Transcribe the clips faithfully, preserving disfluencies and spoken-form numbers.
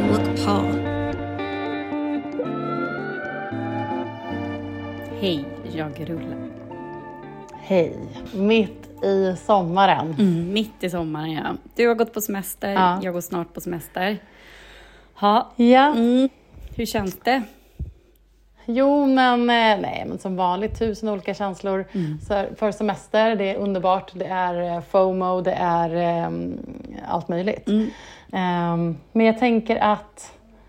och par. Hej, jag är Rulla. Hej, mitt i sommaren. Mm, mitt i sommaren, ja. Du har gått på semester, ja. Jag går snart på semester. Ha. Ja. Mm. Hur känns det? Jo, men, nej, men som vanligt, tusen olika känslor mm. så för semester. Det är underbart, det är FOMO, det är um, allt möjligt. Mm. Um, men jag tänker att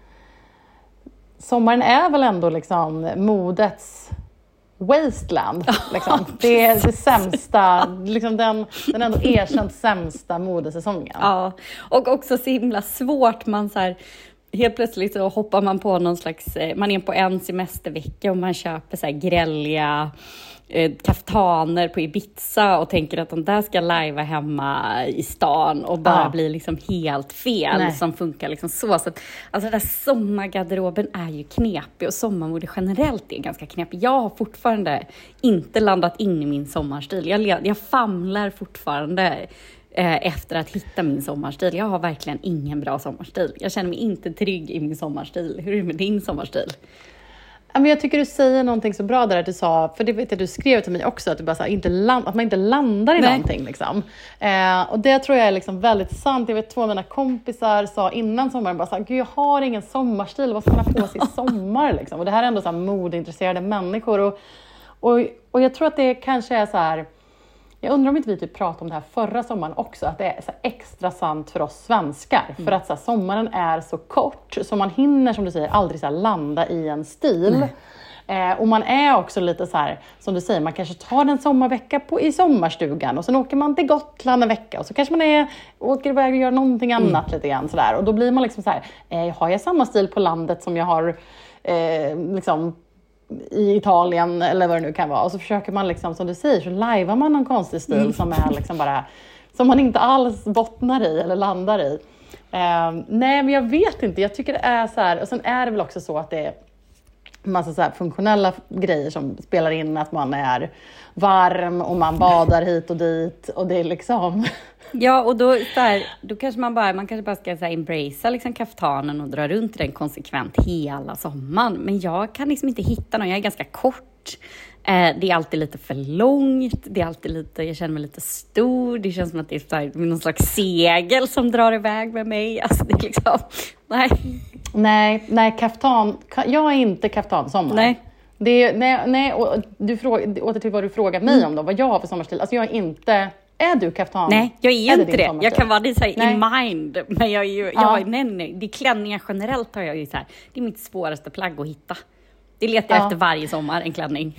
sommaren är väl ändå liksom modets wasteland. Liksom. Det är det sämsta, liksom den, den ändå erkänt sämsta modesäsongen. Ja, och också så himla svårt. Man så här, helt plötsligt så hoppar man på någon slags, man är på en semestervecka och man köper så här grälliga eh, kaftaner på Ibiza och tänker att de där ska lajva hemma i stan och bara ja. blir liksom helt fel. Nej. Som funkar liksom så. så att, alltså den där sommargarderoben är ju knepig och sommarmode generellt är ganska knepig. Jag har fortfarande inte landat in i min sommarstil. Jag, jag famlar fortfarande efter att hitta min sommarstil. Jag har verkligen ingen bra sommarstil. Jag känner mig inte trygg i min sommarstil. Hur är det med din sommarstil? Jag tycker du säger någonting så bra där att du sa, för det vet jag du skrev till mig också, att, du bara, så här, inte land, att man inte landar i Nej. någonting. Liksom. Eh, och det tror jag är liksom väldigt sant. Jag vet två av mina kompisar sa innan sommaren, bara så här, Gud, jag har ingen sommarstil, vad ska man ha på sig i sommar? Liksom. Och det här är ändå så här modeintresserade människor. Och, och, och jag tror att det kanske är så här, jag undrar om inte vi typ pratade om det här förra sommaren också, att det är så extra sant för oss svenskar. Mm. För att så här, sommaren är så kort, så man hinner, som du säger, aldrig så här, landa i en stil. Eh, och man är också lite så här, som du säger, man kanske tar en sommarvecka på, i sommarstugan. Och sen åker man till Gotland en vecka. Och så kanske man är, åker iväg och gör någonting annat mm. lite grann. Så där. Och då blir man liksom så här, eh, har jag samma stil på landet som jag har eh, liksom... i Italien eller vad det nu kan vara. Och så försöker man liksom, som du säger, så lajvar man någon konstig stil mm. som är liksom bara, som man inte alls bottnar i eller landar i. Um, nej, men jag vet inte. Jag tycker det är så här, och sen är det väl också så att det är massa så här funktionella grejer som spelar in, att man är varm och man badar hit och dit och det är liksom... Ja, och då, så här, då kanske man bara, man kanske bara ska så här, embracea liksom kaftanen och dra runt den konsekvent hela sommaren. Men jag kan liksom inte hitta någon, jag är ganska kort. Eh, det är alltid lite för långt, det är alltid lite, jag känner mig lite stor. Det känns som att det är så här, någon slags segel som drar iväg med mig. Alltså det är liksom, nej. Nej, nej, kaftan, jag är inte kaftansommar. Nej. Det är, nej, nej, och du frågar, åter till vad du frågar mig mm. om då, vad jag har för sommarstil. Alltså jag är inte... Är du kaftan? Nej, jag är ju är inte det. det. Jag kan vara det så här, i mind. Men jag är ju, ja. jag, nej, nej. Det är klänningar generellt har jag ju så här. Det är mitt svåraste plagg att hitta. Det letar jag ja. efter varje sommar, en klänning.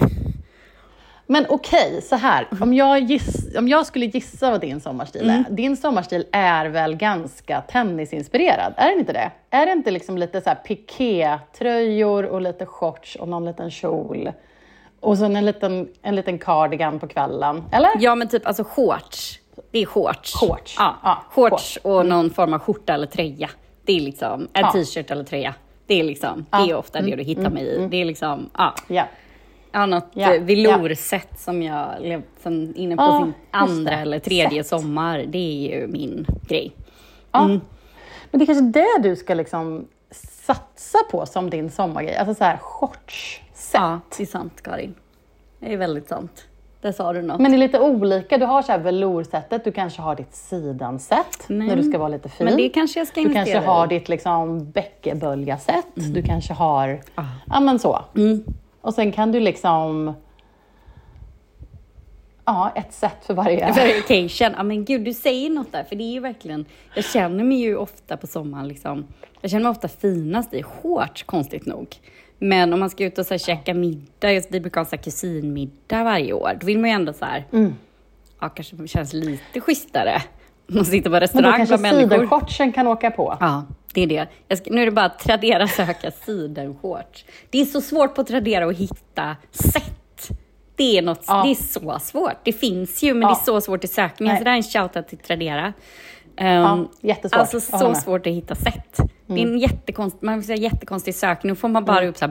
Men okej, okay, så här. Om jag, giss, om jag skulle gissa vad din sommarstil mm. är. Din sommarstil är väl ganska tennisinspirerad? Är det inte det? Är det inte liksom lite så här piké-tröjor och lite shorts och någon liten kjol? Och så en liten, en liten cardigan på kvällen, eller? Ja, men typ alltså shorts. Det är shorts. Shorts. Ja, ja shorts, shorts och mm. någon form av skjorta eller tröja. Det är liksom en ja. t-shirt eller tröja. Det är liksom, ja. det är ofta mm. det du hittar mm. mig i. Det är liksom, ja. Ja. Jag har något ja. velourset ja. som jag levt sen inne på ja, sin andra eller tredje Sätt. sommar. Det är ju min grej. Ja. Mm. Men det är kanske det du ska liksom satsa på som din sommargrej. Alltså så här shorts. Sätt. Ja, det är sant, Karin. Det är väldigt sant. Det sa du något. Men det är lite olika. Du har så här veloursättet. Du kanske har ditt sidansätt. Nej. När du ska vara lite fin. Men det kanske jag ska investera i. Du kanske har i. ditt liksom bäckeböljasätt. Mm. Du kanske har... Ah. Ja, men så. Mm. Och sen kan du liksom... Ja, ett sätt för varje... För occasion. Ja, men gud, du säger något där. För det är ju verkligen... Jag känner mig ju ofta på sommaren liksom... Jag känner mig ofta finast i shorts, konstigt nog. Men om man ska ut och så här, käka middag, just vi brukar ha så här, kusinmiddag varje år, då vill man ju ändå så här, mm. ja, kanske känns lite schysstare. Man sitter på restaurang med människor. Men då kanske sidenshortsen kan åka på. Ja, det är det. Jag ska, nu är det bara att Tradera söka sidenshorts. Det är så svårt på Tradera att hitta sätt. Det är, något, ja. det är så svårt. Det finns ju, men ja. det är så svårt i sökningen. Så det är en shoutout till Tradera. Um, ja, jättesvårt. Alltså så svårt att hitta sätt. Mm. Det är en jättekonst, man vill säga jättekonstig sökning. Nu får man bara mm. upp så här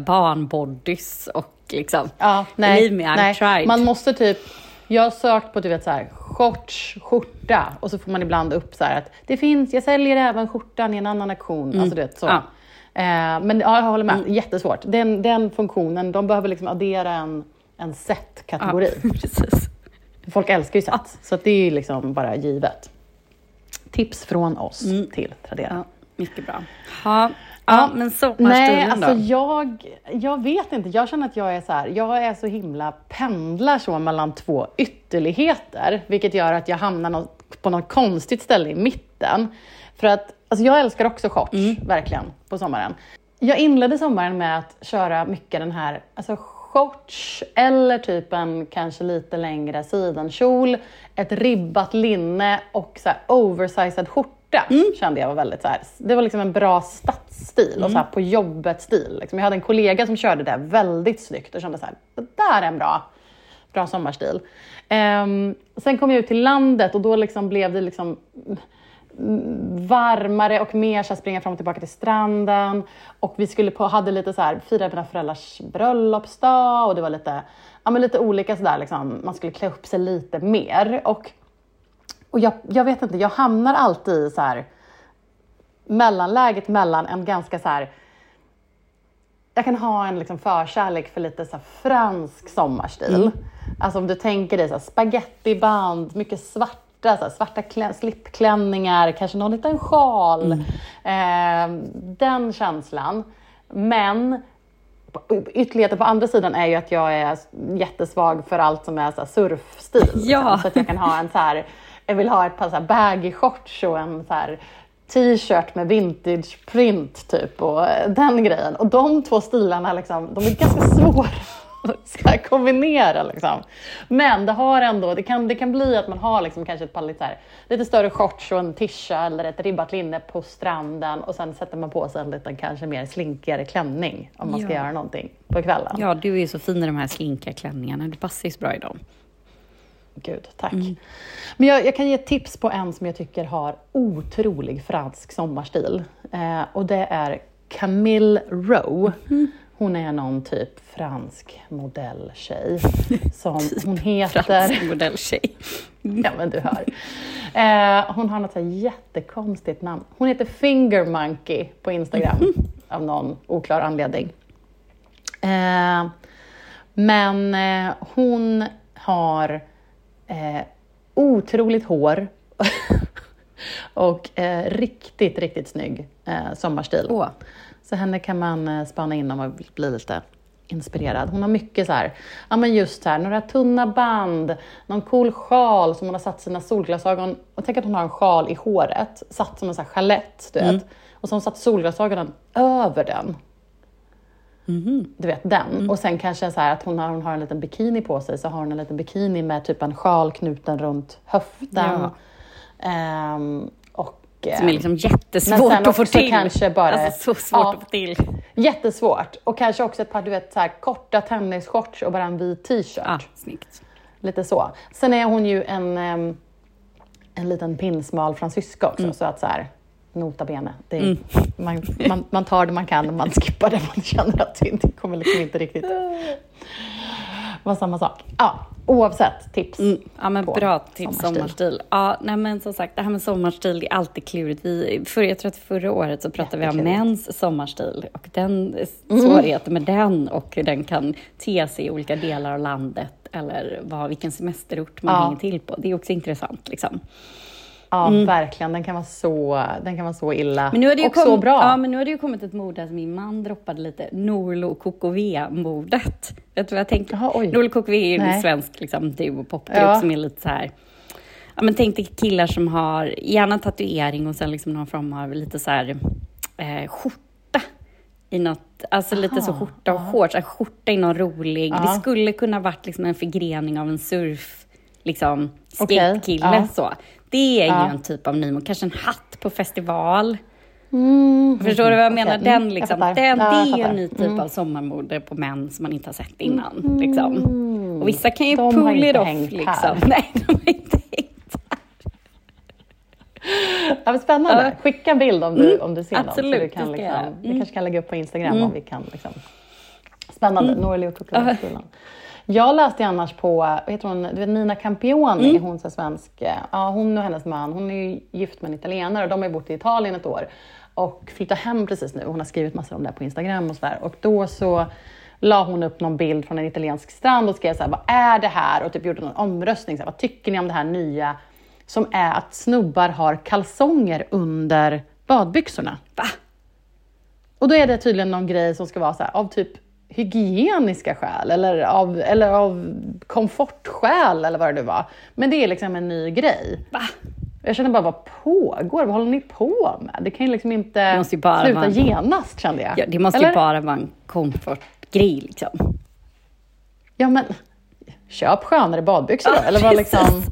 barnbodys och liksom ja, nej, leave me, I'll nej. tried. Man måste typ, jag har sökt på du vet så här shorts, skjorta. Och så får man ibland upp så här att det finns, jag säljer även skjortan i en annan auktion. Mm. Alltså det så. Ja. Eh, men ja, jag håller med, mm. jättesvårt. Den, den funktionen, de behöver liksom addera en, en set-kategori. Ja, precis. Folk älskar ju set, ja. Så att det är liksom bara givet. Tips från oss mm. till Tradera. Ja, mycket bra. Ha. Ja, men sommarstunden Nej, då? alltså jag, jag vet inte. Jag känner att jag är så här, jag är så himla pendlar så mellan två ytterligheter. Vilket gör att jag hamnar något, på något konstigt ställe i mitten. För att, alltså jag älskar också shorts, mm. verkligen, på sommaren. Jag inledde sommaren med att köra mycket den här, alltså shorts eller typ en kanske lite längre sidenkjol, ett ribbat linne och så här oversized skjorta. Mm. Kände jag var väldigt så här, det var liksom en bra stadsstil mm. och så här på jobbet stil. Liksom. Jag hade en kollega som körde det väldigt snyggt och kände så här, det där är en bra, bra sommarstil. Um, sen kom jag ut till landet och då liksom blev det liksom varmare och mer så här, springa fram och tillbaka till stranden. Och vi skulle på, hade lite så här, fira mina föräldrars bröllopsdag och det var lite, ja, men lite olika sådär liksom, man skulle klä upp sig lite mer och Och jag, jag vet inte, jag hamnar alltid i så här mellanläget mellan en ganska så här, jag kan ha en liksom förkärlek för lite så här fransk sommarstil. Mm. Alltså om du tänker dig så här spagettiband, mycket svarta, så här, svarta klä, slipklänningar, kanske någon liten sjal. Mm. Eh, den känslan. Men ytterligheten på andra sidan är ju att jag är jättesvag för allt som är så här surfstil. Ja. Liksom. Så att jag kan ha en så här, jag vill ha ett par så här baggy shorts och en så här t-shirt med vintage print typ och den grejen. Och de två stilarna liksom, de är ganska svåra att kombinera liksom. Men det har ändå, det kan, det kan bli att man har liksom kanske ett par lite, så här, lite större shorts och en tisha eller ett ribbat linne på stranden och sen sätter man på sig en liten kanske mer slinkigare klänning om man ska ja. göra någonting på kvällen. Ja, du är ju så fin i de här slinkiga klänningarna, du passar ju så bra i dem. Gud, tack. Mm. Men jag, jag kan ge tips på en som jag tycker har otrolig fransk sommarstil. Eh, och det är Camille Rowe. Mm. Hon är någon typ fransk modelltjej. Som typ hon heter... Fransk modelltjej. Ja, men du hör. Eh, hon har något så här jättekonstigt namn. Hon heter Finger Monkey på Instagram. Mm. Av någon oklar anledning. Eh, men eh, hon har... Eh, otroligt hår och eh, riktigt, riktigt snygg eh, sommarstil. Åh. Så henne kan man eh, spana in om man vill bli lite inspirerad. Hon har mycket så här, ja men just här, några tunna band, någon cool sjal som hon har satt sina solglasögon, och tänk att hon har en sjal i håret, satt som en så här chalett, du mm. vet. Och så har hon satt solglasögonen över den. Mm-hmm. Du vet den. Mm. Och sen kanske så här att hon har, hon har en liten bikini på sig, så har hon en liten bikini med typ en sjal knuten runt höften. Ja. Um, och, som är liksom jättesvårt att få till. Kanske bara, alltså så svårt ja, att få till. Jättesvårt. Och kanske också ett par du vet, så här, korta tennisshorts och bara en vit t-shirt. Ja, snyggt. Lite så. Sen är hon ju en, um, en liten pinsmal fransyska också. Mm. Så att så här, nota bene. Det är, mm. man, man, man tar det man kan och man skippar det man känner att det inte kommer liksom inte riktigt vara samma sak. Ja, oavsett tips. Mm. Ja, men bra tips, sommarstil. sommarstil. Ja, nej, men som sagt, det här med sommarstil det är alltid klurigt. Vi, för, jag tror att förra året så pratade vi om mäns sommarstil och den mm. svårigheten med den och hur den kan te sig i olika delar av landet eller vad, vilken semesterort man ja. hänger till på. Det är också intressant liksom. Ja, mm. verkligen. Den kan vara så, den kan vara så illa men nu har det ju och kom, så bra. Ja, men nu har det ju kommit ett mode som min man droppade lite. Norlo K K V-modet. Vet du vad jag tänker? Jaha, Norlo K K V är ju en svensk liksom, duo-popgrupp ja. som är lite så här... Ja, men tänk dig killar som har gärna tatuering och sen liksom någon form av lite så här eh, skjorta i något, alltså aha, lite så skjorta och shorts, alltså skjorta i någon rolig. Aha. Det skulle kunna varit liksom en förgrening av en surf liksom skatekille okay. så. Det är ja. ju en typ av nymod. Kanske en hatt på festival. Mm. Förstår du vad jag menar? Okay. Den, liksom, den, ja, det är ju en ny typ mm. av sommarmode på män som man inte har sett innan. Mm. Liksom. Och vissa kan ju de pull it off. Liksom. Nej, de har inte hängt här. Ja, men spännande. Ja. Skicka en bild om du, mm. om du ser Absolut, dem. Så du kan, liksom, mm. vi kanske kan lägga upp på Instagram mm. om vi kan. Liksom. Spännande. Mm. Norli och Kukulan. Jag läste annars på, vad heter hon, du vet Nina Campioni, Mm. hon är svensk, ja, hon och hennes man, hon är ju gift med en italienare och de har ju bott i Italien ett år och flyttat hem precis nu. Hon har skrivit massor om det på Instagram och sådär. Och då så la hon upp någon bild från en italiensk strand och skrev så här: vad är det här? Och typ gjorde någon omröstning, så här, vad tycker ni om det här nya som är att snubbar har kalsonger under badbyxorna? Va? Och då är det tydligen någon grej som ska vara så här, av typ hygieniska skäl eller av, eller av komfortskäl eller vad det var. Men det är liksom en ny grej. Va? Jag känner bara, vad pågår? Vad håller ni på med? Det kan ju liksom inte Det måste ju bara sluta vara- genast, kände jag. Ja, det måste eller? ju bara vara en komfortgrej liksom. Ja, men köp skönare badbyxor då. Ja, Eller vad precis. liksom...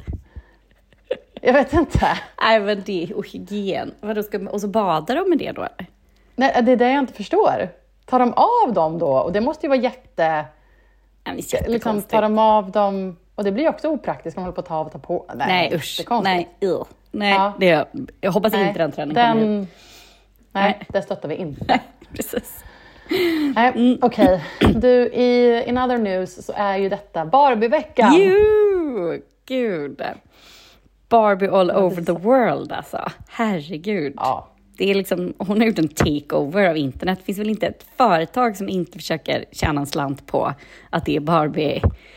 Jag vet inte. Nej, men det och hygien. Vadå, ska, och så badar de med det då eller? Nej, det är det jag inte förstår. Tar de av dem då? Och det måste ju vara jätte... Nej, det är Liksom, jättekonstigt. tar de av dem... Och det blir ju också opraktiskt om de håller på att ta av och ta på. Nej, Nej, usch. jättekonstigt. Nej, uh. Nej, Ja. det, jag hoppas Nej, inte den trenden kommer den... ut. Nej, Nej. det stöttar vi inte. Precis. Nej, Mm. okej. Du, i in other news så är ju detta Barbie-veckan. Jo, gud. Barbie all det over är the så- world alltså. Herregud. Ja. Det är liksom, hon har gjort en takeover av internet. Det finns väl inte ett företag som inte försöker tjäna en slant på att det är Barbie.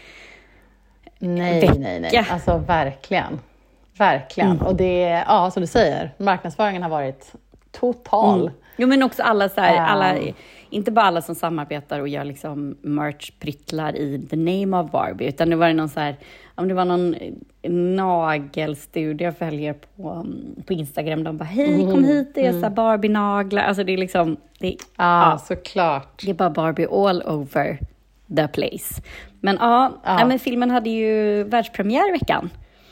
Nej, Vecka. nej, nej. Alltså verkligen. Verkligen. Mm. Och det är, ja, som du säger, marknadsföringen har varit total. Mm. Jo, men också alla så här, Um. alla, inte bara alla som samarbetar och gör liksom merch-pryttlar i the name of Barbie, utan det var någon så här, om det var någon nagelstudio jag följer på, på Instagram, de bara, hej, kom hit, det är så här Barbie-naglar, alltså det är liksom, det, Ja, ja, såklart. det är bara Barbie all over the place. Men ja, Ja. nej, men filmen hade ju världspremiär i veckan.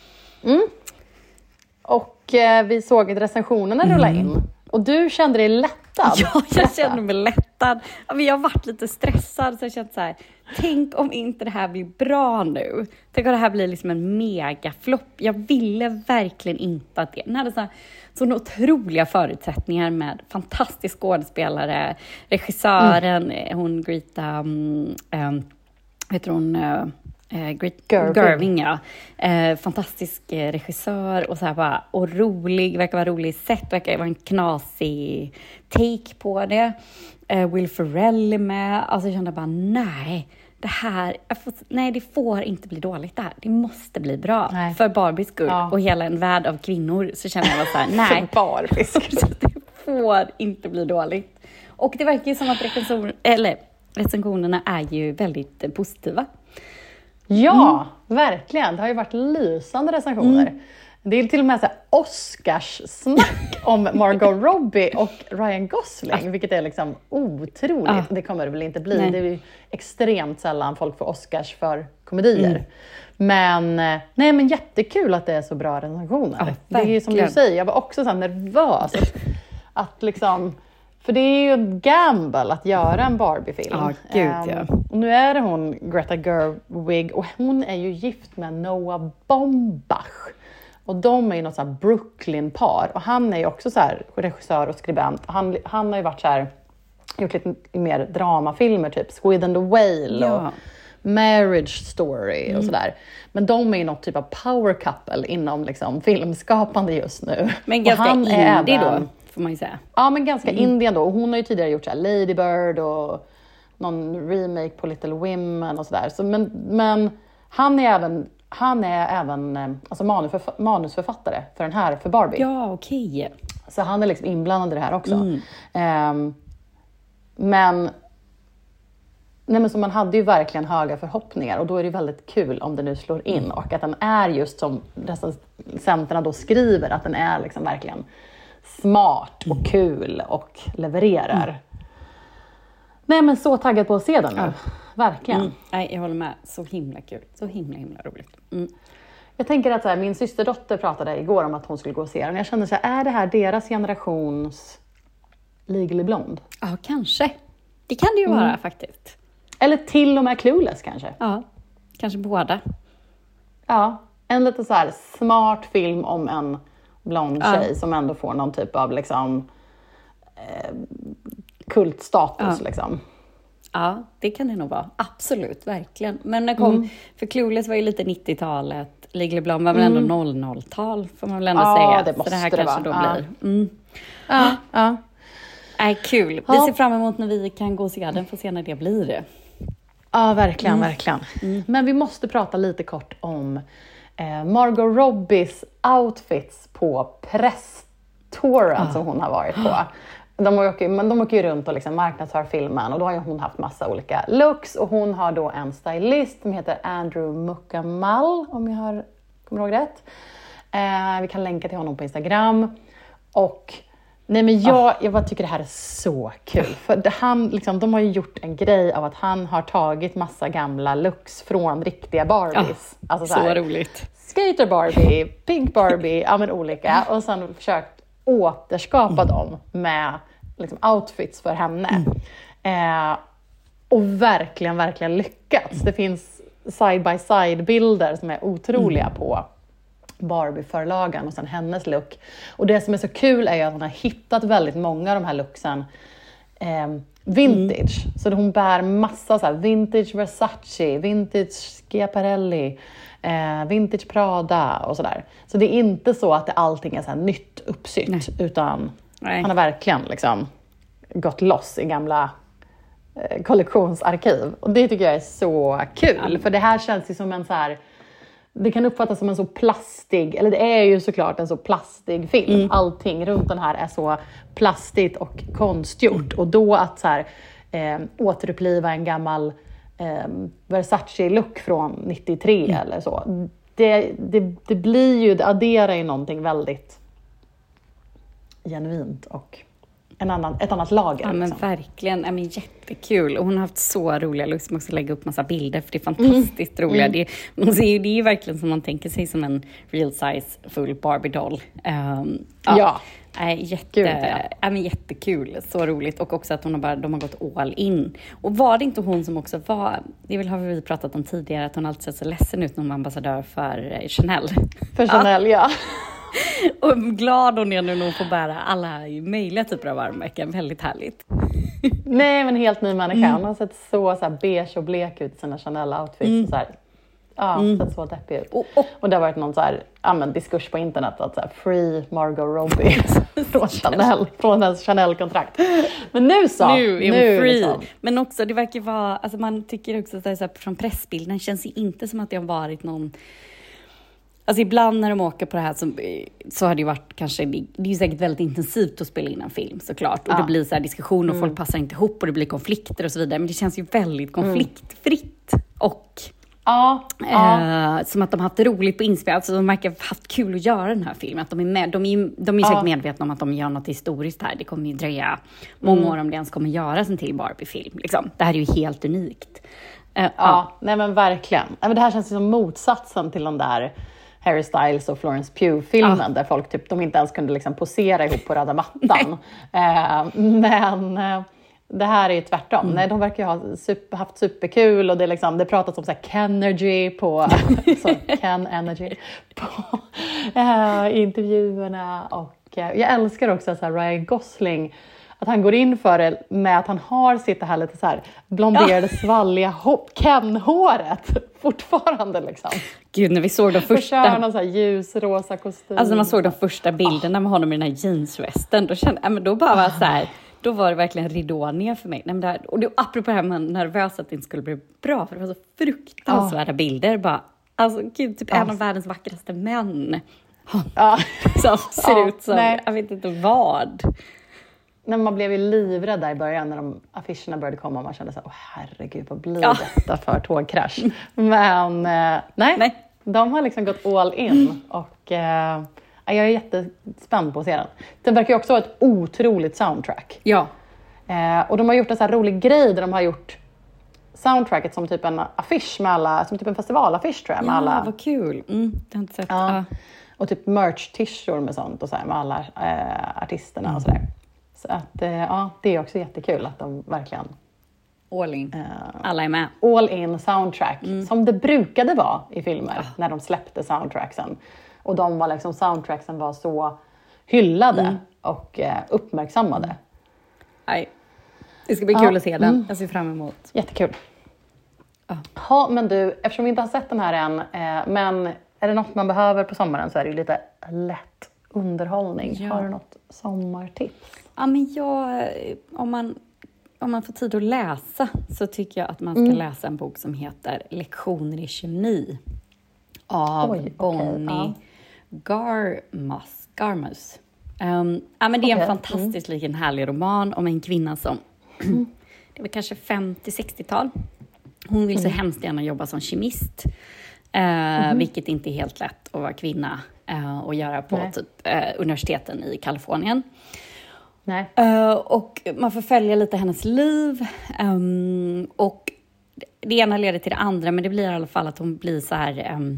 Och eh, vi såg att recensionerna rulla in. Och du kände dig lättad. Ja, jag Berätta. känner mig lättad. Ja, men jag har varit lite stressad, så jag kände så här, tänk om inte det här blir bra nu. Tänk om det här blir liksom en megaflopp. Jag ville verkligen inte att det... Den hade så här, sådana otroliga förutsättningar med fantastisk skådespelare, regissören, mm. hon Greta... Um, um, heter hon... Uh, Eh, Gret- Gerwig. Gerwig, ja. Eh, fantastisk eh, regissör och så här bara, och rolig, verkar vara rolig i sätt, verkar vara en knasig take på det. Eh, Will Ferrell är med. Alltså jag kände bara, nej, det här, jag får, nej det får inte bli dåligt det här. Det måste bli bra. Nej. För Barbies skull Ja. och hela en värld av kvinnor, så känner jag bara så här, nej. Barbisk. Det får inte bli dåligt. Och det verkar ju som att recension, eller, recensionerna är ju väldigt eh, positiva. Ja, verkligen. Det har ju varit lysande recensioner. Mm. Det är till och med så här Oscars-snack om Margot Robbie och Ryan Gosling, vilket är liksom otroligt. Ja. Det kommer det väl inte bli. Nej. Det är ju extremt sällan folk får Oscars för komedier. Mm. Men, eh, nej, men jättekul att det är så bra recensioner. Ja, det är ju som du verkligen. säger, jag var också så här nervös. Att, att liksom, för det är ju en gamble att göra en Barbie-film. Ja, gud, Ehm, ja. och nu är det hon, Greta Gerwig, och hon är ju gift med Noah Baumbach. Och de är ju något så här Brooklyn-par. Och han är ju också så här regissör och skribent. Han, han har ju varit så här, gjort lite mer dramafilmer, typ Squid and the Whale Ja. och Marriage Story Mm. och sådär. Men de är ju något typ av power couple inom liksom filmskapande just nu. Men Och ganska han är indie även- då, får man ju säga. Ja, men ganska Mm. Indien då. Och hon har ju tidigare gjort så här Lady Bird och någon remake på Little Women och sådär. Så, men, men han är även, han är även eh, alltså manusförfa- manusförfattare för den här, för Barbie. Ja, okej. Så han är liksom inblandad i det här också. Mm. Ehm, men, nej men så man hade ju verkligen höga förhoppningar, och då är det väldigt kul om det nu slår in, och att den är just som recensenterna då skriver, att den är liksom verkligen smart och kul och levererar. Mm. Nej, men så taggad på att se den nu. Ja. Verkligen. Mm. Nej, jag håller med. Så himla kul. Så himla, himla roligt. Mm. Jag tänker att så här, min systerdotter pratade igår om att hon skulle gå och se den. Jag kände så här, är det här deras generations Legally Blonde? Ja, kanske. Det kan det ju vara faktiskt. Eller till och med Clueless kanske. Ja, kanske båda. Ja, en lite så här smart film om en blond Ja. tjej som ändå får någon typ av liksom eh, kultstatus. Ja. Liksom. Ja, det kan det nog vara. Absolut, verkligen. Men när kom, mm. för Clueless var ju lite nittiotalet. Legally Blonde var väl ändå mm. noll noll-tal, får man väl ändå ja, säga. Ja, det måste så det här det kanske vara. då Ja. blir. Mm. Ja, ja. Äh, kul. Vi ser fram emot när vi kan gå och se den, får se när det blir det. Ja, verkligen, mm. verkligen. Mm. Men vi måste prata lite kort om eh, Margot Robbies outfits på presstouren ah. som hon har varit på. De åker, men de åker ju runt och liksom marknadsför filmen och då har ju hon haft massa olika looks och hon har då en stylist som heter Andrew Mukamal, om jag har, kommer ihåg rätt. Eh, vi kan länka till honom på Instagram. Och nej men jag, ah. jag bara tycker det här är så kul. För det, han, liksom, de har ju gjort en grej av att han har tagit massa gamla looks från riktiga Barbies. Ah, alltså så, så här, roligt. Skater Barbie, Pink Barbie, ja men olika. Och sen försökt återskapa mm. dem med liksom, outfits för henne. Mm. Eh, och verkligen, verkligen lyckats. Det finns side-by-side-bilder som är otroliga mm. på Barbie-förlagen och sen hennes look. Och det som är så kul är ju att hon har hittat väldigt många av de här looksen eh, vintage. Mm. Så hon bär massa så här, vintage Versace, vintage Schiaparelli, eh, vintage Prada och sådär. Så det är inte så att det, allting är så här nytt uppsytt. Nej. Utan Nej. han har verkligen liksom gått loss i gamla eh, kollektionsarkiv. Och det tycker jag är så kul. Mm. För det här känns ju som en så här... Det kan uppfattas som en så plastig, eller det är ju såklart en så plastig film. Mm. Allting runt den här är så plastigt och konstgjort. Mm. Och då att så här, eh, återuppliva en gammal eh, Versace-look från nittiotre mm. eller så. Det, det, det blir ju, det adderar ju någonting väldigt genuint och en annan, ett annat lager. Ja men liksom. Verkligen, ja, men jättekul. Och hon har haft så roliga looks, man måste lägga upp massa bilder för det är fantastiskt mm. roliga. Mm. Det, man ser ju, det är ju verkligen som man tänker sig som en real size full Barbie doll. Um, ja. ja. Äh, jätte, Gud, ja. Äh, men jättekul, så roligt. Och också att hon har, bara, de har gått all in. Och var det inte hon som också var, det vill, har vi pratat om tidigare, att hon alltid ser så ledsen ut när hon var ambassadör för eh, Chanel. För Chanel, ja. Och glad hon är nu när hon får bära alla möjliga typer av varumärken. Väldigt härligt. Nej, men helt ny människa. Hon har sett så, så här, beige och blek ut i sina Chanel-outfits. Mm. Så här, ja, mm. sett så deppig ut. Och, och, och det har varit någon så här, ja, men, diskurs på internet att så här, free Margot Robbie från Chanel, från hennes Chanel-kontrakt. Men nu så. Nu är hon nu, free. Liksom. Men också, det verkar vara, alltså man tycker också att det är så här, från pressbilden känns ju inte som att det har varit någon... Alltså ibland när de åker på det här så, så har det ju varit kanske, det är ju säkert väldigt intensivt att spela in en film såklart. Och ja. Det blir så här diskussion och mm. folk passar inte ihop och det blir konflikter och så vidare. Men det känns ju väldigt konfliktfritt. Mm. Och ja, eh, ja. som att de har haft roligt på inspel. Alltså de verkar ha haft kul att göra den här filmen. Att de är med, de är, de är ja. säkert medvetna om att de gör något historiskt här. Det kommer ju dröja många mm. år om det ens kommer göras en till Barbie-film. Liksom. Det här är ju helt unikt. Eh, ja, ja, nej men verkligen. Det här känns ju som motsatsen till den där Harry Styles och Florence Pugh-filmen ah. där folk typ, de inte ens kunde liksom posera ihop på röda mattan. eh, men eh, det här är ju tvärtom. Mm. Nej, de verkar ju ha super, haft superkul och det, liksom, det pratas om så här Kenergy på så, Ken Energy på eh, intervjuerna. Och eh, jag älskar också så här, Ryan Gosling, att han går in för det med att han har sitt det här lite så här blonderade, ja. svalliga Ken-håret fortfarande liksom. Gud, när vi såg de första... Och kör någon så här ljusrosa kostym. Alltså när man såg de första bilderna oh. med honom i den här jeansvästen, då kände jag, men då bara var så här, då var det verkligen ridå ner för mig. Nej, men det här, och det, apropå det här med nervös att det inte skulle bli bra, för det var så fruktansvärda oh. bilder. Bara, alltså gud, typ oh. en av världens vackraste män. Ja. Som ser oh, ut som, nej. jag vet inte vad. Nej, man blev ju livrädd där i början när de affischerna började komma. Man kände så här, åh herregud, vad blir ja. detta för tågkrasch? Men eh, nej, nej, de har liksom gått all in. Och eh, jag är jättespänd på att se den. Det verkar ju också vara ett otroligt soundtrack. Ja. Eh, och de har gjort en så här rolig grej där de har gjort soundtracket som typ en affisch med alla, som typ en festivalaffisch tror jag. Med ja, alla. Vad kul. Mm, det har inte sett. Ja. Ja. Och typ merch-tishor med sånt och så här, med alla eh, artisterna mm. och sådär. Så att, ja, det är också jättekul att de verkligen... All in. Uh, Alla är med. All in soundtrack. Mm. Som det brukade vara i filmer. Ah. När de släppte soundtracksen. Och de var liksom, soundtracksen var så hyllade. Mm. Och uh, uppmärksammade. Nej. Det ska bli kul Ja, att se den. mm. Jag ser fram emot. Jättekul. Ja. Ja, men du, eftersom vi inte har sett den här än, eh, men är det något man behöver på sommaren så är det ju lite lätt underhållning. Ja. Har du något sommartips? Ja, men jag, om, man, om man får tid att läsa så tycker jag att man ska Mm. läsa en bok som heter Lektioner i kemi av Oj, okej, Bonnie ja. Garmus. Garmus. Um, ja, men det är Okej, en fantastiskt mm. liten härlig roman om en kvinna som, Mm. det var kanske femtio-sextiotal. Hon vill så Mm. hemskt gärna jobba som kemist. Uh, Mhm. Vilket inte är helt lätt att vara kvinna uh, och göra på Nej. typ, uh, universiteten i Kalifornien. Nej. Uh, och man får följa lite hennes liv. Um, och det ena leder till det andra, men det blir i alla fall att hon blir så här um,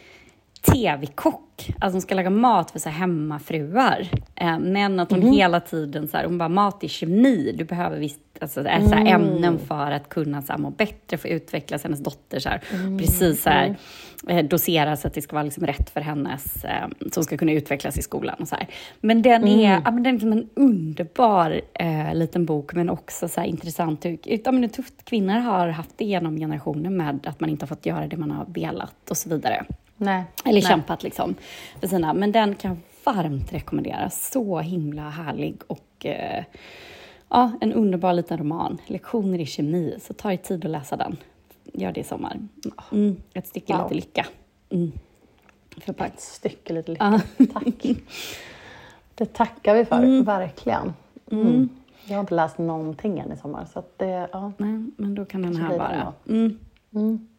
tv-kock. Alltså hon ska laga mat för så här hemmafruar. Uh, men att hon Mhm. hela tiden så här, hon bara, mat i kemi. Du behöver visst alltså, det är så här Mm. ämnen för att kunna så här, må bättre, för att utvecklas. Hennes dotter så här, precis så här, eh, dosera så att det ska vara liksom rätt för hennes, eh, som ska kunna utvecklas i skolan och så här. Men den är, Mm. ja, men den är liksom en underbar eh, liten bok, men också så här intressant hur, ja, men hur tufft kvinnor har haft det genom generationer med att man inte har fått göra det man har velat och så vidare. Nej. Eller Nej. kämpat liksom för sina. Men den kan jag varmt rekommendera. Så himla härlig och eh, ja, en underbar liten roman. Lektioner i kemi. Så ta er tid att läsa den. Gör det i sommar. Mm, ett stycke Wow. lite lycka. Mm. För Ett stycke lite lycka. Ja. Tack. Det tackar vi för, Mm. verkligen. Mm. Mm. Jag har inte läst någonting än i sommar. Så att det, ja. Nej, men då kan den Kanske här blir vara. den Mm. Mm.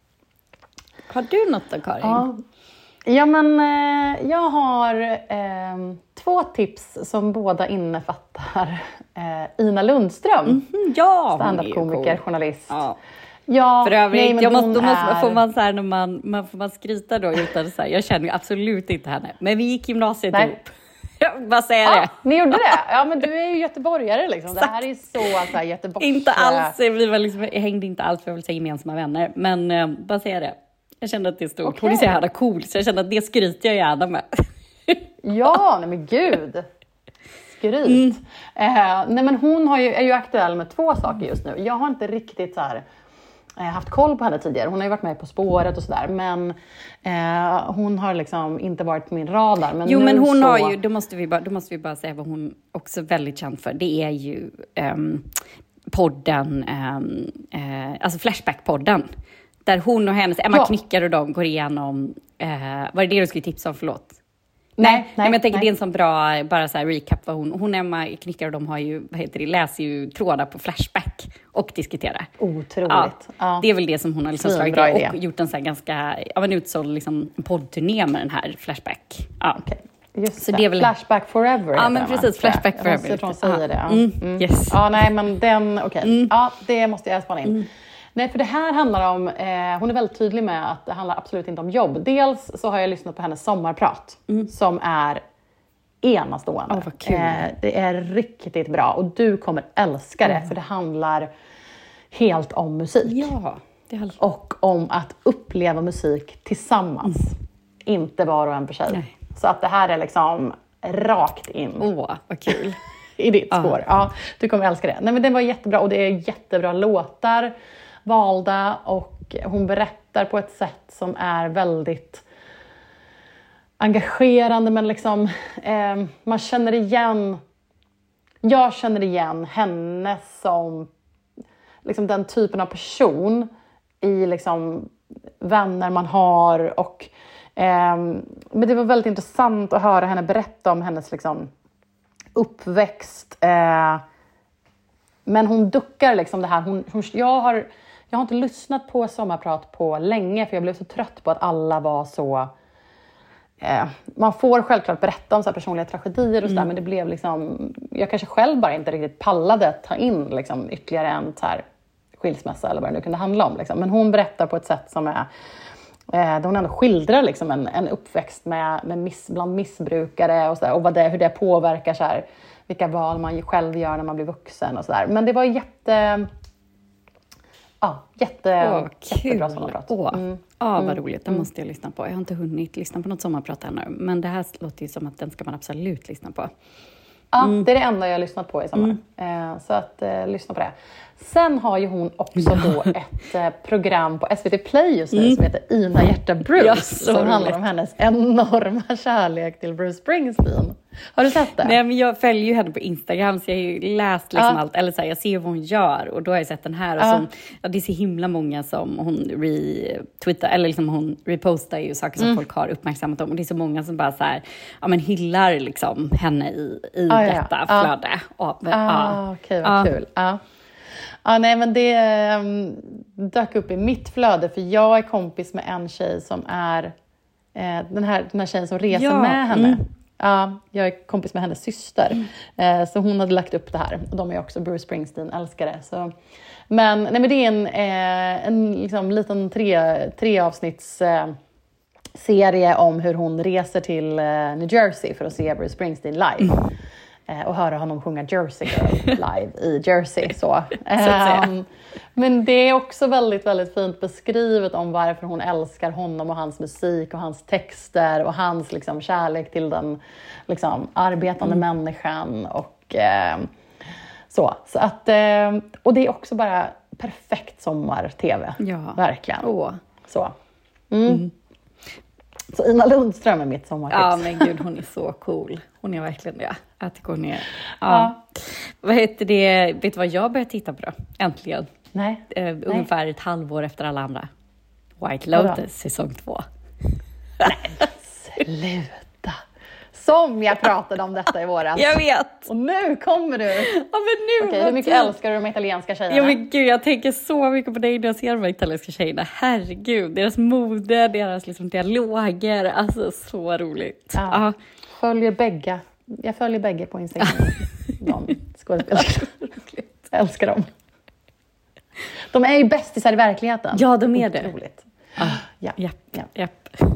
Har du något då, Karin? Ja. Ja, men eh, jag har eh, två tips som båda innefattar eh, Ina Lundström. Mm, ja, hon är ju Stand-up-komiker, cool. journalist. Ja. Ja, För övrigt, nej, men jag måste, hon då måste, är... får man så här när man, man får man skryta då utan så här, jag känner ju absolut inte henne. Men vi gick gymnasiet Nej. ihop. Jag bara säger Ja, det. ni gjorde det? Ja, men du är ju göteborgare liksom. Det här är så, så här, Göteborgs... Inte alls, vi var liksom, jag hängde inte alls för att säga gemensamma vänner. Men eh, bara säga det. Jag kände att det är stort. Okej. Hon är så jävla cool, så jag kände att det skryter jag gärna med. Ja, nej men gud. Skryt. Mm. Eh, nej men hon har ju, är ju aktuell med två saker just nu. Jag har inte riktigt så här, eh, haft koll på henne tidigare. Hon har ju varit med På spåret och sådär. Men eh, hon har liksom inte varit på min radar. Men Jo, nu men hon så... har ju, då måste, vi bara, då måste vi bara säga vad hon också är väldigt känd för. Det är ju ehm, podden, ehm, eh, alltså Flashback-podden. Där hon och hennes, Emma Ja. Knyckare och de går igenom, eh, var det det du skulle tipsa om, förlåt? Nej, Nej, men jag tänker nej. det är en sån bra, bara så här recap vad hon, hon Emma Knyckare och de har ju, vad heter det, läser ju trådar på Flashback och diskuterar. Otroligt. Ja, Ja. det är väl det som hon har liksom slagit Svinbra i idé. och gjort en så här ganska, ja men utsåld liksom en poddturné med den här Flashback. Ja. Okej. Just Så det. det är väl- Flashback Forever Ja, heter men den, va? precis, Flashback Jag måste Forever. från säga det. Ja. Mm, Mm. yes. Ja, nej, men den, okej. Mm. Ja, det måste jag spana in. Nej, för det här handlar om, eh, hon är väldigt tydlig med att det handlar absolut inte om jobb. Dels så har jag lyssnat på hennes sommarprat, som är enastående. Åh, vad kul. Eh, det är riktigt bra och du kommer älska det, för det handlar helt om musik. Ja, det har... Och om att uppleva musik tillsammans. Inte var och en för sig. Nej. Så att det här är liksom rakt in Åh, vad kul. i ditt spår. Ja, du kommer älska det. Nej, men den var jättebra och det är jättebra låtar valda. Och hon berättar på ett sätt som är väldigt engagerande. Men liksom, eh, man känner igen... Jag känner igen henne som liksom den typen av person i liksom vänner man har. Och, eh, men det var väldigt intressant att höra henne berätta om hennes liksom, uppväxt. Eh, men hon duckar liksom det här. Hon, hon, jag, har, jag har inte lyssnat på sommarprat på länge, för jag blev så trött på att alla var så... Eh, man får självklart berätta om så här personliga tragedier och sådär, men det blev liksom... Jag kanske själv bara inte riktigt pallade ta in liksom, ytterligare en så här, skilsmässa eller vad det nu kunde handla om. Liksom. Men hon berättar på ett sätt som är... Eh, där hon ändå skildrar liksom, en, en uppväxt med, med miss, bland missbrukare och, så där, och vad det, hur det påverkar så här, vilka val man själv gör när man blir vuxen och sådär. Men det var jätte... Ja, jätte, Åh, jättebra kul. sommarprat. Åh, Mm. ja, vad roligt. Den måste jag lyssna på. Jag har inte hunnit lyssna på något sommarprat ännu. Men det här låter ju som att den ska man absolut lyssna på. Ja, mm. det är det enda jag har lyssnat på i sommar. Mm. Eh, så att eh, lyssna på det. Sen har ju hon också då ett eh, program på S V T Play just nu mm. som heter Ina Hjärta Bruce. Ja, som handlar om hennes enorma kärlek till Bruce Springsteen. Har du sett det? Nej, men jag följer ju henne på Instagram så jag har ju läst liksom ja. allt. Eller så här, jag ser vad hon gör och då har jag sett den här. Och ja. som, ja, det är så himla många som hon retweetar eller liksom hon repostar ju saker som mm. folk har uppmärksammat om. Och det är så många som bara så här, ja, men hyllar liksom henne i, i ah, detta ja. flöde. Ja. Och, ah, okej, okay, vad ja. kul. Ja. Ja, nej, men det um, dök upp i mitt flöde för jag är kompis med en tjej som är eh, den, här, den här tjejen som reser ja. med henne. Mm. Ja, jag är kompis med hennes syster. Mm. Eh, så hon hade lagt upp det här. Och de är också Bruce Springsteen-älskare. Så. Men, nej, men det är en, eh, en liksom, liten tre, tre avsnitts eh, serie om hur hon reser till eh, New Jersey för att se Bruce Springsteen live. Mm. Och höra honom sjunga Jersey Girl live i Jersey. Så. um, men det är också väldigt, väldigt fint beskrivet om varför hon älskar honom och hans musik och hans texter och hans liksom, kärlek till den liksom, arbetande mm. människan. Och, uh, så. Så att, uh, och det är också bara perfekt sommar-tv. Ja. Verkligen. Åh. Så. Mm. Mm. Så Ina Lundström är mitt sommartips. Ja, men gud, hon är så cool. Hon är verkligen det. Jag tycker hon är... Ja. Ja. Vad heter det? Vet du vad jag började titta på då? Äntligen. Nej. Uh, ungefär Nej. ett halvår efter alla andra. White Lotus, säsong två. Nej, sluta. Som jag pratade om detta i våras. Jag vet. Och nu kommer du. Ja, men nu. Okej, hur mycket jag... älskar du de italienska tjejerna? Ja, men gud, jag tänker så mycket på dig när jag ser de italienska tjejerna. Herregud, deras mode, deras liksom dialoger. Alltså, så roligt. Ja. Ja. Följer bägge. Jag följer bägge på Instagram. De skådespelarna. Jag älskar dem. De är ju bästisar i verkligheten. Ja, de är det. Otroligt. Ah, ja, ja, ja. ja.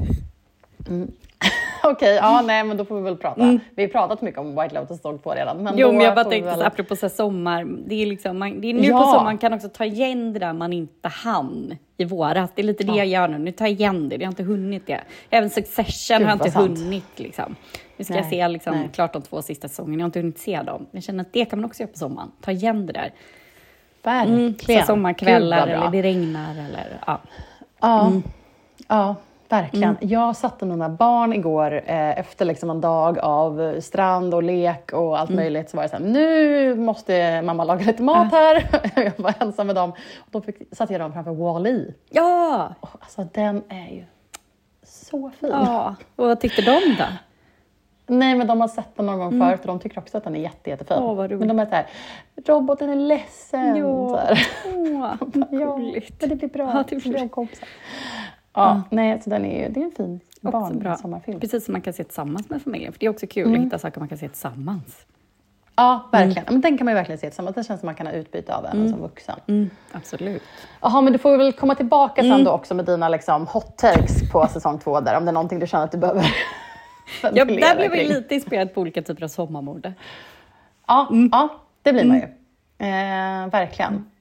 Mm. Okej, okay, ja, nej, men då får vi väl prata. Mm. Vi har pratat mycket om White Lotus säsong två redan. Men jo, men jag bara tänkte väl... apropå så sommar. Det är, liksom, man, det är nu ja. på sommaren man kan också ta igen det där man inte hann i våras. Det är lite det ja. jag gör nu. Nu tar jag igen det. Jag har inte hunnit det. Även Succession Gud, har jag inte sant. hunnit. Liksom. Nu ska nej, jag se liksom, klart de två sista säsongerna. Jag har inte hunnit se dem. Jag känner att det kan man också göra på sommaren. Ta igen det där. Verkligen. Mm, så sommarkvällar eller det regnar. Eller, ja. Ja. Mm. Ja. Verkligen. Mm. Jag satte mina barn igår eh, efter liksom en dag av strand och lek och allt mm. möjligt. Så var det så här, nu måste mamma laga lite mat här. Jag var ensam med dem. Och då fick, satte jag dem framför Wall-E. Ja! Oh, alltså den är ju så fin. Ja, och vad tyckte de då? Nej, men de har sett den någon gång mm. förut och de tycker också att den är jätte, jättefin. Åh, vad roligt. Men de är så här, roboten är ledsen. Ja, så här. Åh, ja, men det blir bra. Ja, det blir bra kompisar. Ja, mm. nej, så den är, det är en fin barn-sommarfilm. Precis som man kan se tillsammans med familjen. För det är också kul mm. att hitta saker man kan se tillsammans. Ja, verkligen. Mm. Men den kan man ju verkligen se tillsammans. Det känns som man kan ha utbyte av den mm. som vuxen. Mm. Absolut. Jaha, men du får väl komma tillbaka sen mm. då också med dina liksom, hot takes på säsong två där. Om det är någonting du känner att du behöver. Ja, där blev vi lite inspirerad på olika typer av sommarmode. Ja, mm. ja det blir man ju. Eh, verkligen. Mm.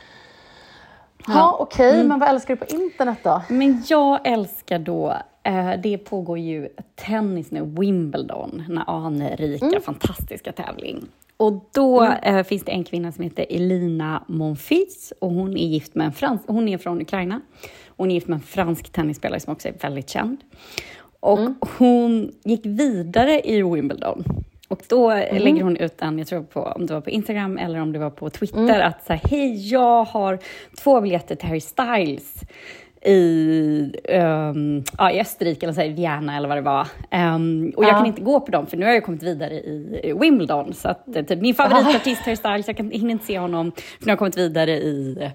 Ja, okej. Okay. Mm. Men vad älskar du på internet då? Men jag älskar då, eh, det pågår ju tennis nu, Wimbledon, den anrika, mm. fantastiska tävling. Och då mm. eh, finns det en kvinna som heter Elina Monfils och hon är gift med en fransk, hon är från Ukraina. Hon är gift med en fransk tennisspelare som också är väldigt känd. Och mm. hon gick vidare i Wimbledon. Och då mm. lägger hon ut en, jag tror på, om det var på Instagram eller om det var på Twitter, mm. att så här, hej, jag har två biljetter till Harry Styles i, um, ja, i Österrike eller så här, Vienna eller vad det var. Um, och jag ja. kan inte gå på dem för nu har jag kommit vidare i Wimbledon. Så att typ, min favoritartist Harry Styles, jag kan hinner inte se honom för nu har jag kommit vidare i,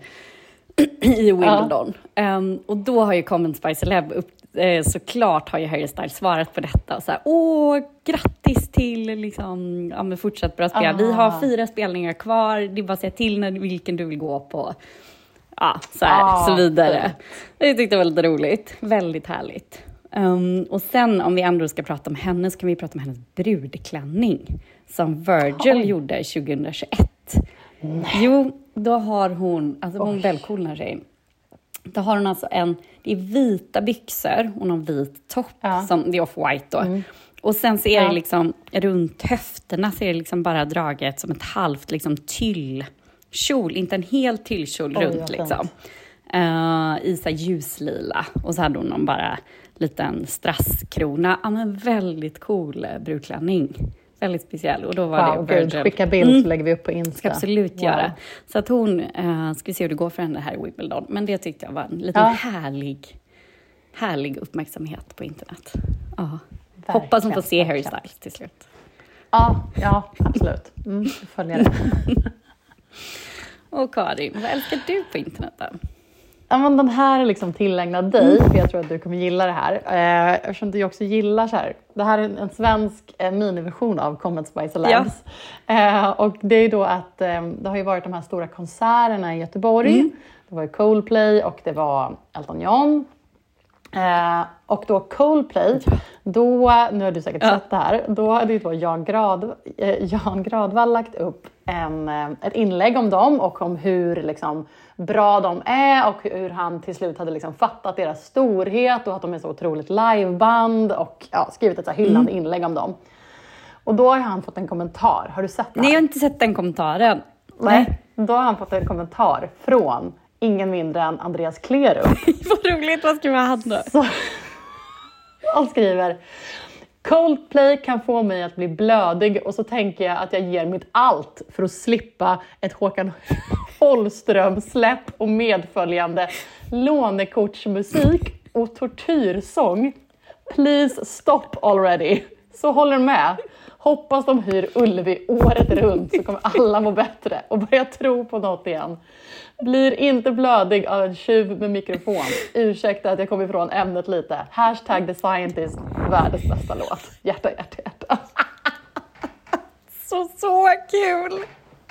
i Wimbledon. Ja. Um, och då har ju Comments by Celeb upp såklart har ju Harry Styles svarat på detta och så här, åh, grattis till liksom, ja, men fortsatt bra spel. Vi har fyra spelningar kvar, det är bara att säga till när, vilken du vill gå på. Ja, så här, ah, så vidare. Jag tyckte det var lite roligt, väldigt härligt. Um, och sen om vi ändå ska prata om henne så kan vi prata om hennes brudklänning som Virgil Oj. gjorde tjugohundratjugoett. Nej. Jo, då har hon, alltså hon är väldigt cool den här tjejen. Då har hon alltså en, det är vita byxor och någon vit topp, ja. som, det är off-white då. Mm. Och sen så är Ja. det liksom runt höfterna så är det liksom bara draget som ett halvt liksom tyllkjol, inte en hel tyllkjol Oj, runt vad liksom. Uh, I så här ljuslila. Och så hade hon någon bara liten strasskrona. Ja, men väldigt cool eh, brudklänning. Väldigt speciell. Och då var Wow, det gud, skicka bild Mm. så lägger vi upp på Insta. Ska absolut Wow. göra. Så att hon, uh, ska vi se hur det går för henne här i Wimbledon. Men det tyckte jag var en liten Ja. härlig, härlig uppmärksamhet på internet. Ja. Verkligen, Hoppas hon får se Harry verkligen. Styles till slut. Ja, ja, absolut. Mm, jag följer det. Och Karin, vad älskar du på internet då? Ja, men den här är liksom tillägnad dig, för jag tror att du kommer gilla det här. Eh, eftersom du också gillar så här. Det här är en, en svensk eh, miniversion av Comments by Celebs. Ja. Eh, och det är då att eh, det har ju varit de här stora konserterna i Göteborg. Mm. Det var ju Coldplay och det var Elton John. Eh, och då Coldplay, då, nu har du säkert ja. sett det här, då hade ju då Jan, Grad, eh, Jan Gradvall lagt upp en, eh, ett inlägg om dem och om hur liksom, bra de är och hur han till slut hade liksom, fattat deras storhet och att de är så otroligt liveband och ja, skrivit ett så här hyllande mm. inlägg om dem. Och då har han fått en kommentar, har du sett det här? Nej, jag har inte sett den kommentaren. Nej, Nej. Då har han fått en kommentar från ingen mindre än Andreas Klerup. Vad roligt, vad skriver han då? Så, han skriver: Coldplay kan få mig att bli blödig och så tänker jag att jag ger mitt allt för att slippa ett Håkan Hellström-släpp och medföljande lånekortsmusik och tortyrsång. Please stop already. Så håller med. Hoppas de hyr Ullevi året runt så kommer alla må bättre och börja tro på något igen. Blir inte blödig av en tjuv med mikrofon. Ursäkta att jag kom ifrån ämnet lite. Hashtag The Scientist, världens bästa låt. Hjärta, hjärta, hjärta. Så, så kul!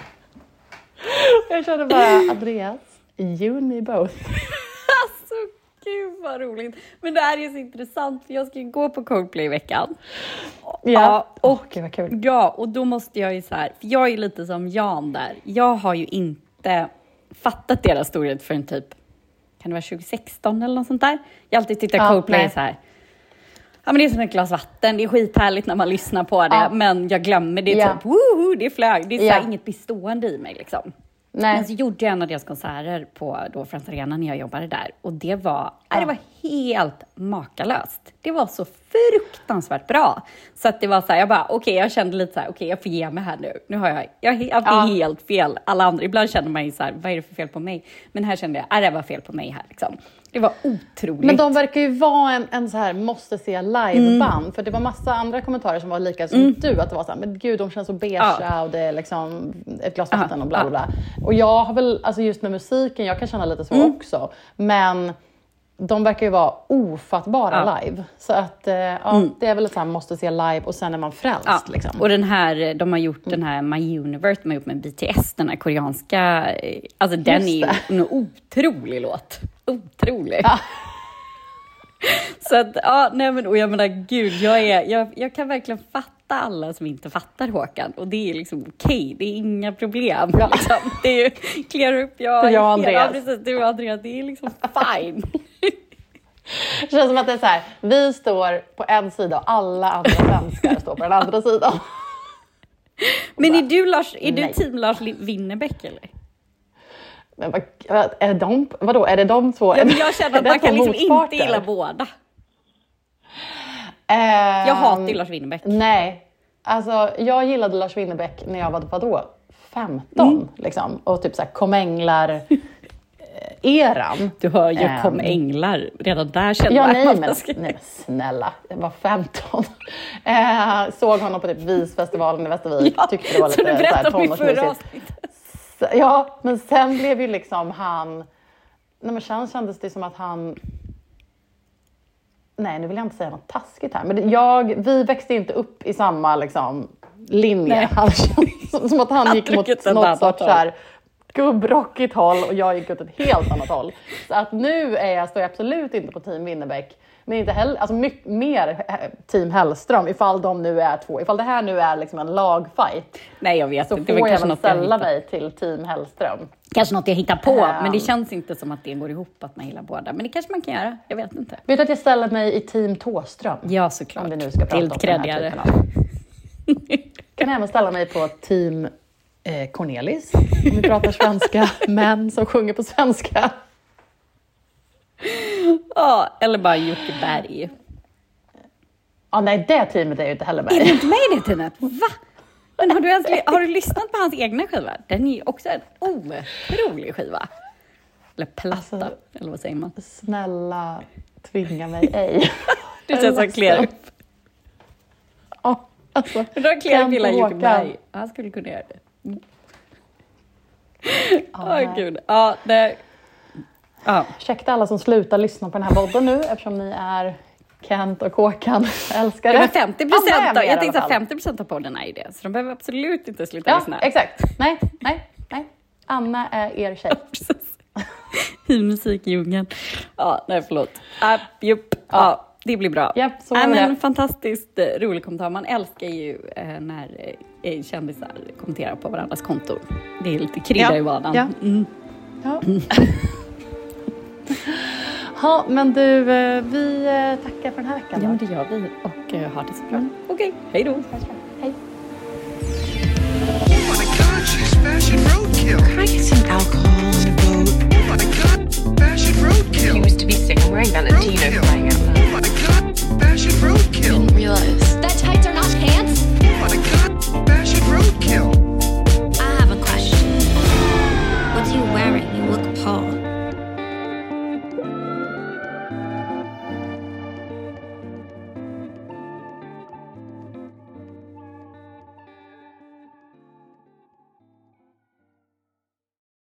Jag kände bara, Andreas, you and me both. Alltså, gud vad roligt. Men det här är så intressant för jag ska ju gå på Coldplay i veckan. Ja, ja och, oh, gud vad kul. Ja, och då måste jag ju så här, för jag är lite som Jan där. Jag har ju inte fattat deras storhet förrän typ, kan det vara tjugo sexton eller något sånt där? Jag har alltid tyckt att ja, Coldplay är så här, ja men det är som ett glas vatten, det är skithärligt när man lyssnar på det, ja. Men jag glömmer det, ja. Typ, woho, det flög, det är så här, ja. Inget bestående i mig liksom. Nej. Men så gjorde jag en av deras konserter på då Friends Arena när jag jobbade där. Och det var, ja. Det var helt makalöst. Det var så fruktansvärt bra. Så att det var så här, jag bara, okej, okay, jag kände lite så här, okej, okay, jag får ge mig här nu. Nu har jag, jag har haft ja. helt fel. Alla andra, ibland känner man ju så här, vad är det för fel på mig? Men här kände jag, är det var fel på mig här liksom. Det var otroligt. Men de verkar ju vara en, en så här måste se liveband. Mm. För det var massa andra kommentarer som var lika som mm. du. Att det var så här, men gud, de känns så beigea ja. Och det är liksom ett glas vatten och bla bla bla. Och jag har väl, alltså just med musiken, jag kan känna lite så mm. också. Men de verkar ju vara ofattbara ja. Live. Så att ja, mm. det är väl så här, måste se live och sen är man frälst. Ja. Liksom. Och den här, de har gjort mm. den här My Universe, de har gjort med B T S, den här koreanska, alltså den just är ju en otrolig låt. Otrolig. Ja. Så att, ja, nej men, och jag menar, gud, jag, är, jag, jag kan verkligen fatta alla som inte fattar Håkan. Och det är liksom okej, okay, det är inga problem. Ja. Liksom. Det är ju, clear upp, jag, jag och Andreas. Ja, precis, du och Andreas, det är liksom fine. Det känns som att det är så här, vi står på en sida och alla andra svenskar står på den andra sidan. Men är du, Lars, är du team Lars Winnerbäck eller? Men vad, är de, vadå, är det de två? Ja, men jag känner att man kan liksom inte gilla båda. Eh, jag hatar Lars Winnerbäck. Nej, alltså jag gillade Lars Winnerbäck när jag var, vadå, femton mm. liksom. Och typ såhär kom änglar eran. Du hör, jag kom um, änglar. Redan där kände ja, jag nej, men, nej men snälla, jag var femton. eh, såg honom på typ Visfestivalen i Västervik. Ja, tyckte det var lite så du berättade om i förra avsnittet. Ja, men sen blev ju liksom han... Nej, men sen kändes det som att han... Nej, nu vill jag inte säga något taskigt här. Men jag, vi växte inte upp i samma liksom, linje. Han kändes som att han, han gick mot något sorts så här gubbrockigt håll och jag gick åt ett helt annat håll. Så att nu är jag, står jag absolut inte på team Winnerbäck. Men inte heller, alltså mycket mer team Hellström ifall de nu är två. Ifall det här nu är liksom en lagfight. Nej, jag vet så inte. Så får jag väl ställa mig till team Hellström. Kanske något jag hittar på, um, men det känns inte som att det går ihop att man gillar båda. Men det kanske man kan göra, jag vet inte. Vet du att jag ställer mig i team Thåström? Ja, såklart. Om vi nu ska prata om den här typen av. Kan även ställa mig på team eh, Cornelis. Om vi pratar svenska män som sjunger på svenska. Ja, eller bara Jocke Berg. Ja, nej, det teamet är ju inte heller med. Är du inte med i det teamet? Va? Men har du, ens, har du lyssnat på hans egna skiva? Den är ju också en otrolig skiva. Eller platta, alltså, eller vad säger man? Snälla, tvinga mig ej. Det känns som Claire. Ja, alltså. Du har Claire gillar Jocke Berg. Han skulle kunna göra det. Mm. Åh, oh, gud. Ja, det... Ja. Ursäkta alla som slutar lyssna på den här podden nu, eftersom ni är Kent och Håkan älskare. Ja, men femtio procent då. Jag tänkte att femtio procent av podden är ju det. Så de behöver absolut inte sluta ja, lyssna. Exakt. Nej, nej, nej. Anna är er tjej. I musikdjungeln. Ja, nej förlåt. Uh, jupp. Ja. ja, det blir bra. Yep, så äh, men det. Fantastiskt uh, rolig kommentar. Man älskar ju uh, när uh, kändisar kommenterar på varandras kontor. Det är lite krydda ja. i vardagen. Ja. Mm. Ja. Ja, men du, vi tackar för den här veckan. Ja, men det gör vi. Och uh, ha det så bra. Mm. Okej, okay. Hej då. Hej. Oh my God, she's fashion roadkill.